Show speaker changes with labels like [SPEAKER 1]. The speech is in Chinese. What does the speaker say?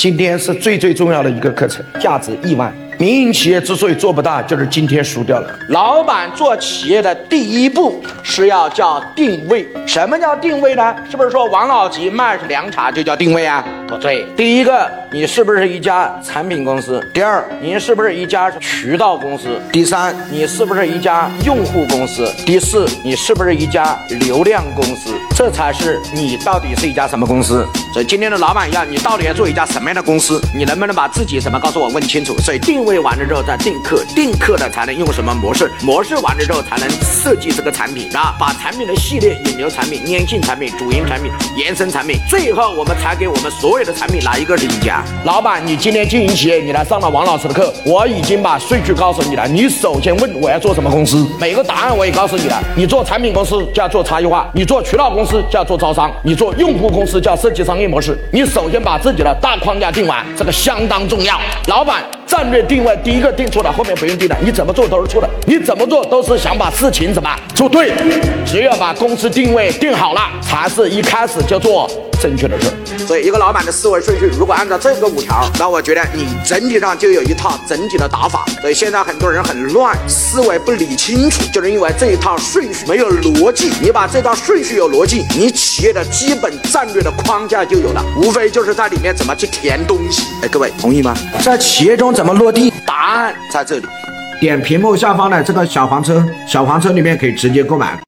[SPEAKER 1] 今天是最重要的一个课程，价值1万。民营企业之所以做不大，就是今天输掉了。老板做企业的第一步是要叫定位。什么叫定位呢？是不是说王老吉卖凉茶就叫定位啊？不对，第一个，你是不是一家产品公司？第二，你是不是一家渠道公司？第三，你是不是一家用户公司？第四，你是不是一家流量公司？这才是你到底是一家什么公司。所以今天的老板一样，你到底要做一家什么样的公司？你能不能把自己什么告诉我问清楚？所以定位完了之后再定课，定课了才能用什么模式，模式完了之后才能设计这个产品啊，把产品的系列、引流产品、粘性产品、主营产品、延伸产品，最后我们才给我们所有的产品来一个赢家。老板，你今天经营企业，你来上了王老师的课，我已经把顺序告诉你了。你首先问我要做什么公司，每个答案我也告诉你了。你做产品公司就要做差异化，你做渠道公司就要做招商，你做用户公司就要设计商业模式。你首先把自己的大框架定完，这个相当重要。老板战略定位，第一个定错了，后面不用定了。你怎么做都是错的，你怎么做都是想把事情怎么做对。只有把公司定位定好了，才是一开始就做正确的事。所以一个老板的思维顺序，如果按照这个5条，那我觉得你整体上就有一套整体的打法。所以现在很多人很乱，思维不理清楚，就是因为这一套顺序没有逻辑。你把这套顺序有逻辑，你企业的基本战略的框架就有了，无非就是在里面怎么去填东西。各位同意吗？在企业中怎么落地？答案在这里。点屏幕下方的这个小黄车，小黄车里面可以直接购买。